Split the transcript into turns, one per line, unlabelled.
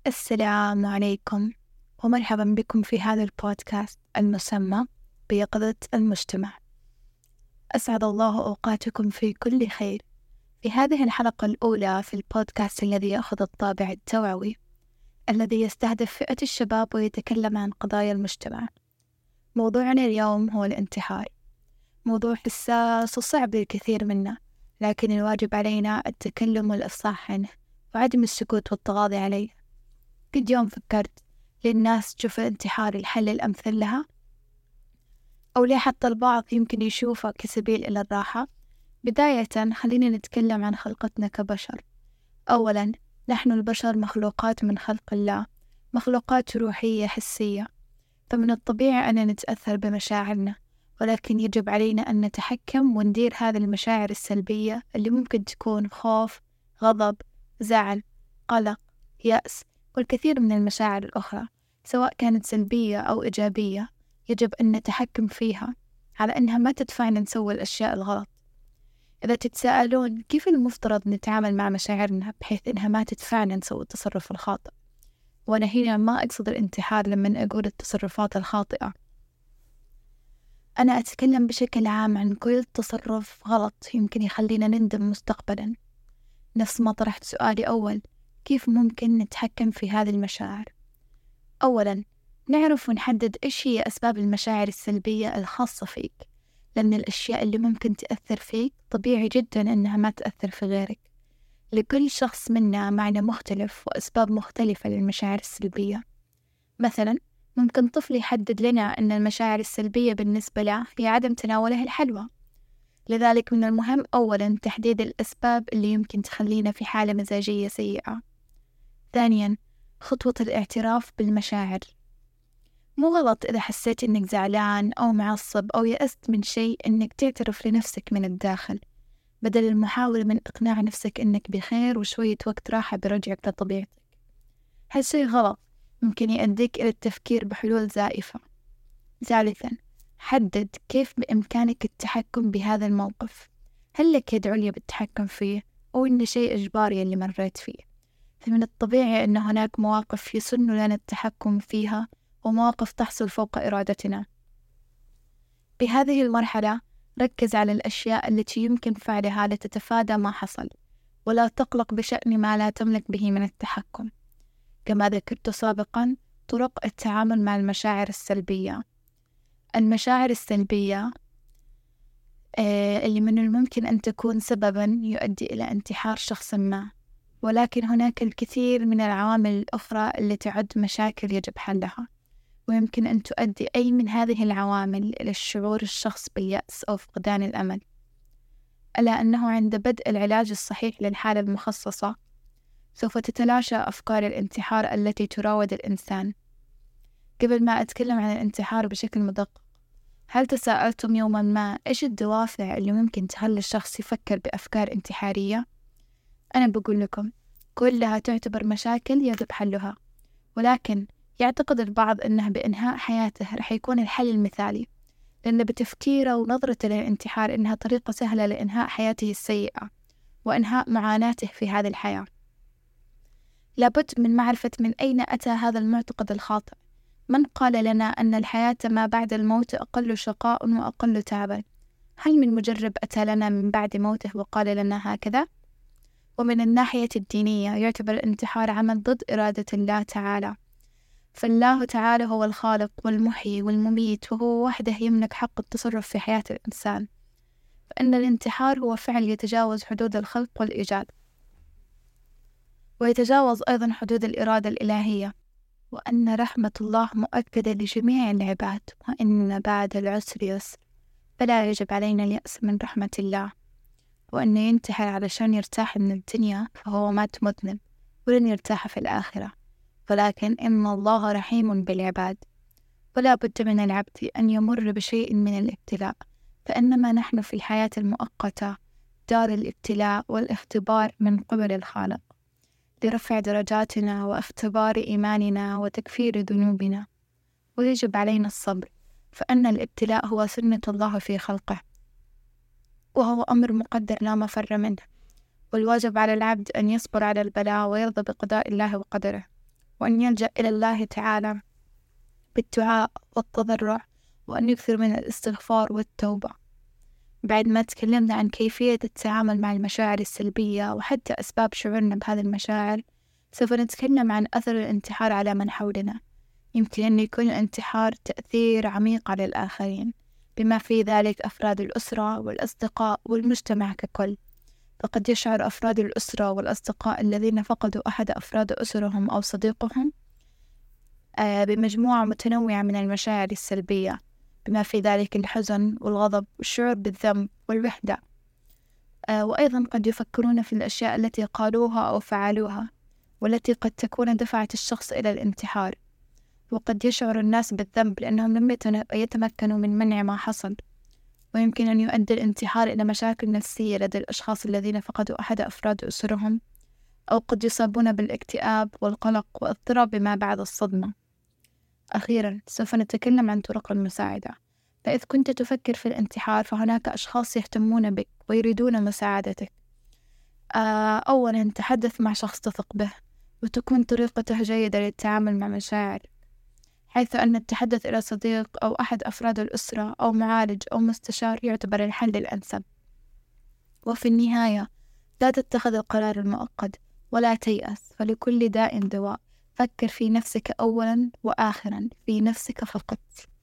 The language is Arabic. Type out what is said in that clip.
السلام عليكم ومرحبا بكم في هذا البودكاست المسمى بيقظة المجتمع. أسعد الله أوقاتكم في كل خير. في هذه الحلقة الأولى في البودكاست الذي يأخذ الطابع التوعوي الذي يستهدف فئة الشباب ويتكلم عن قضايا المجتمع. موضوعنا اليوم هو الانتحار، موضوع حساس وصعب للكثير منا، لكن الواجب علينا التكلم والإفصاح عنه وعدم السكوت والتغاضي عليه. قد يوم فكرت للناس تشوف الانتحار الحل الأمثل لها؟ أو ليه حتى البعض يمكن يشوفه كسبيل إلى الراحة؟ بداية خلينا نتكلم عن خلقتنا كبشر. أولا، نحن البشر مخلوقات من خلق الله، مخلوقات روحية حسية، فمن الطبيعي أن نتأثر بمشاعرنا، ولكن يجب علينا أن نتحكم وندير هذه المشاعر السلبية اللي ممكن تكون خوف، غضب، زعل، قلق، يأس والكثير من المشاعر الأخرى، سواء كانت سلبية أو إيجابية. يجب أن نتحكم فيها على أنها ما تدفعنا نسوي الأشياء الغلط. إذا تتساءلون كيف المفترض نتعامل مع مشاعرنا بحيث أنها ما تدفعنا نسوي التصرف الخاطئ، وأنا هنا ما أقصد الانتحار لما أقول التصرفات الخاطئة، أنا أتكلم بشكل عام عن كل تصرف غلط يمكن يخلينا نندم مستقبلا. نفس ما طرحت سؤالي أول، كيف ممكن نتحكم في هذه المشاعر؟ أولا، نعرف ونحدد إيش هي أسباب المشاعر السلبية الخاصة فيك، لأن الأشياء اللي ممكن تأثر فيك طبيعي جدا أنها ما تأثر في غيرك. لكل شخص منا معنى مختلف وأسباب مختلفة للمشاعر السلبية. مثلا ممكن طفل يحدد لنا أن المشاعر السلبية بالنسبة له هي عدم تناوله الحلوى، لذلك من المهم أولا تحديد الأسباب اللي يمكن تخلينا في حالة مزاجية سيئة. ثانيا، خطوة الاعتراف بالمشاعر. مو غلط إذا حسيت إنك زعلان أو معصب أو يأست من شيء إنك تعترف لنفسك من الداخل، بدل المحاولة من إقناع نفسك إنك بخير وشوية وقت راحة برجعك لطبيعتك. هالشيء غلط، ممكن يؤديك إلى التفكير بحلول زائفة. ثالثا، حدد كيف بإمكانك التحكم بهذا الموقف. هل لك يد عليا بالتحكم فيه أو إنه شيء إجباري اللي مريت فيه؟ فمن الطبيعي أن هناك مواقف يسن لنا التحكم فيها ومواقف تحصل فوق إرادتنا. بهذه المرحلة ركز على الأشياء التي يمكن فعلها لتتفادى ما حصل، ولا تقلق بشأن ما لا تملك به من التحكم. كما ذكرت سابقا، طرق التعامل مع المشاعر السلبية. المشاعر السلبية اللي من الممكن أن تكون سببا يؤدي إلى انتحار شخص ما، ولكن هناك الكثير من العوامل الأخرى اللي تعد مشاكل يجب حلها، ويمكن أن تؤدي أي من هذه العوامل إلى الشعور الشخص باليأس أو فقدان الأمل. ألا أنه عند بدء العلاج الصحيح للحالة المخصصة سوف تتلاشى أفكار الانتحار التي تراود الإنسان. قبل ما أتكلم عن الانتحار بشكل مدقق، هل تساءلتم يوما ما إيش الدوافع اللي ممكن تخلي الشخص يفكر بأفكار انتحارية؟ أنا بقول لكم كلها تعتبر مشاكل يجب حلها، ولكن يعتقد البعض أنه بإنهاء حياته رح يكون الحل المثالي، لأن بتفكيره ونظرته للانتحار إنها طريقة سهلة لإنهاء حياته السيئة وإنهاء معاناته في هذه الحياة. لابد من معرفة من أين أتى هذا المعتقد الخاطئ. من قال لنا أن الحياة ما بعد الموت أقل شقاء وأقل تعبا؟ هل من مجرب أتى لنا من بعد موته وقال لنا هكذا؟ ومن الناحية الدينية يعتبر الانتحار عمل ضد إرادة الله تعالى، فالله تعالى هو الخالق والمحيي والمميت، وهو وحده يملك حق التصرف في حياة الإنسان، فإن الانتحار هو فعل يتجاوز حدود الخلق والإيجاد، ويتجاوز أيضا حدود الإرادة الإلهية، وأن رحمة الله مؤكدة لجميع العباد، وإن بعد العسر يسر، فلا يجب علينا اليأس من رحمة الله. وأن ينتحر علشان يرتاح من الدنيا فهو مات مذنب ولن يرتاح في الآخرة، ولكن إن الله رحيم بالعباد، ولا بد من العبد أن يمر بشيء من الابتلاء، فإنما نحن في الحياة المؤقتة دار الابتلاء والاختبار من قبل الخالق لرفع درجاتنا واختبار إيماننا وتكفير ذنوبنا، ويجب علينا الصبر، فإن الابتلاء هو سنة الله في خلقه، وهو أمر مقدر لا مفر منه، والواجب على العبد أن يصبر على البلاء ويرضى بقضاء الله وقدره. وأن يلجأ إلى الله تعالى بالدعاء والتضرع، وأن يكثر من الاستغفار والتوبة. بعد ما تكلمنا عن كيفية التعامل مع المشاعر السلبية وحتى أسباب شعورنا بهذه المشاعر، سوف نتكلم عن أثر الانتحار على من حولنا. يمكن أن يكون الانتحار تأثير عميق على الآخرين، بما في ذلك أفراد الأسرة والأصدقاء والمجتمع ككل. فقد يشعر أفراد الأسرة والأصدقاء الذين فقدوا أحد أفراد أسرهم أو صديقهم بمجموعة متنوعة من المشاعر السلبية، بما في ذلك الحزن والغضب والشعور بالذنب والوحدة. وأيضا قد يفكرون في الأشياء التي قالوها أو فعلوها، والتي قد تكون دفعت الشخص إلى الانتحار. وقد يشعر الناس بالذنب لأنهم لم يتمكنوا من منع ما حصل. ويمكن أن يؤدي الانتحار إلى مشاكل نفسية لدى الأشخاص الذين فقدوا أحد أفراد أسرهم، أو قد يصابون بالاكتئاب والقلق واضطراب ما بعد الصدمة. أخيرا سوف نتكلم عن طرق المساعدة. فإذ كنت تفكر في الانتحار، فهناك أشخاص يهتمون بك ويريدون مساعدتك. أولا، تحدث مع شخص تثق به وتكون طريقته جيدة للتعامل مع مشاعرك، حيث أن التحدث إلى صديق أو أحد أفراد الأسرة أو معالج أو مستشار يعتبر الحل الأنسب. وفي النهاية، لا تتخذ القرار المؤقت ولا تيأس، فلكل داء دواء. فكر في نفسك أولا وآخرا، في نفسك فقط.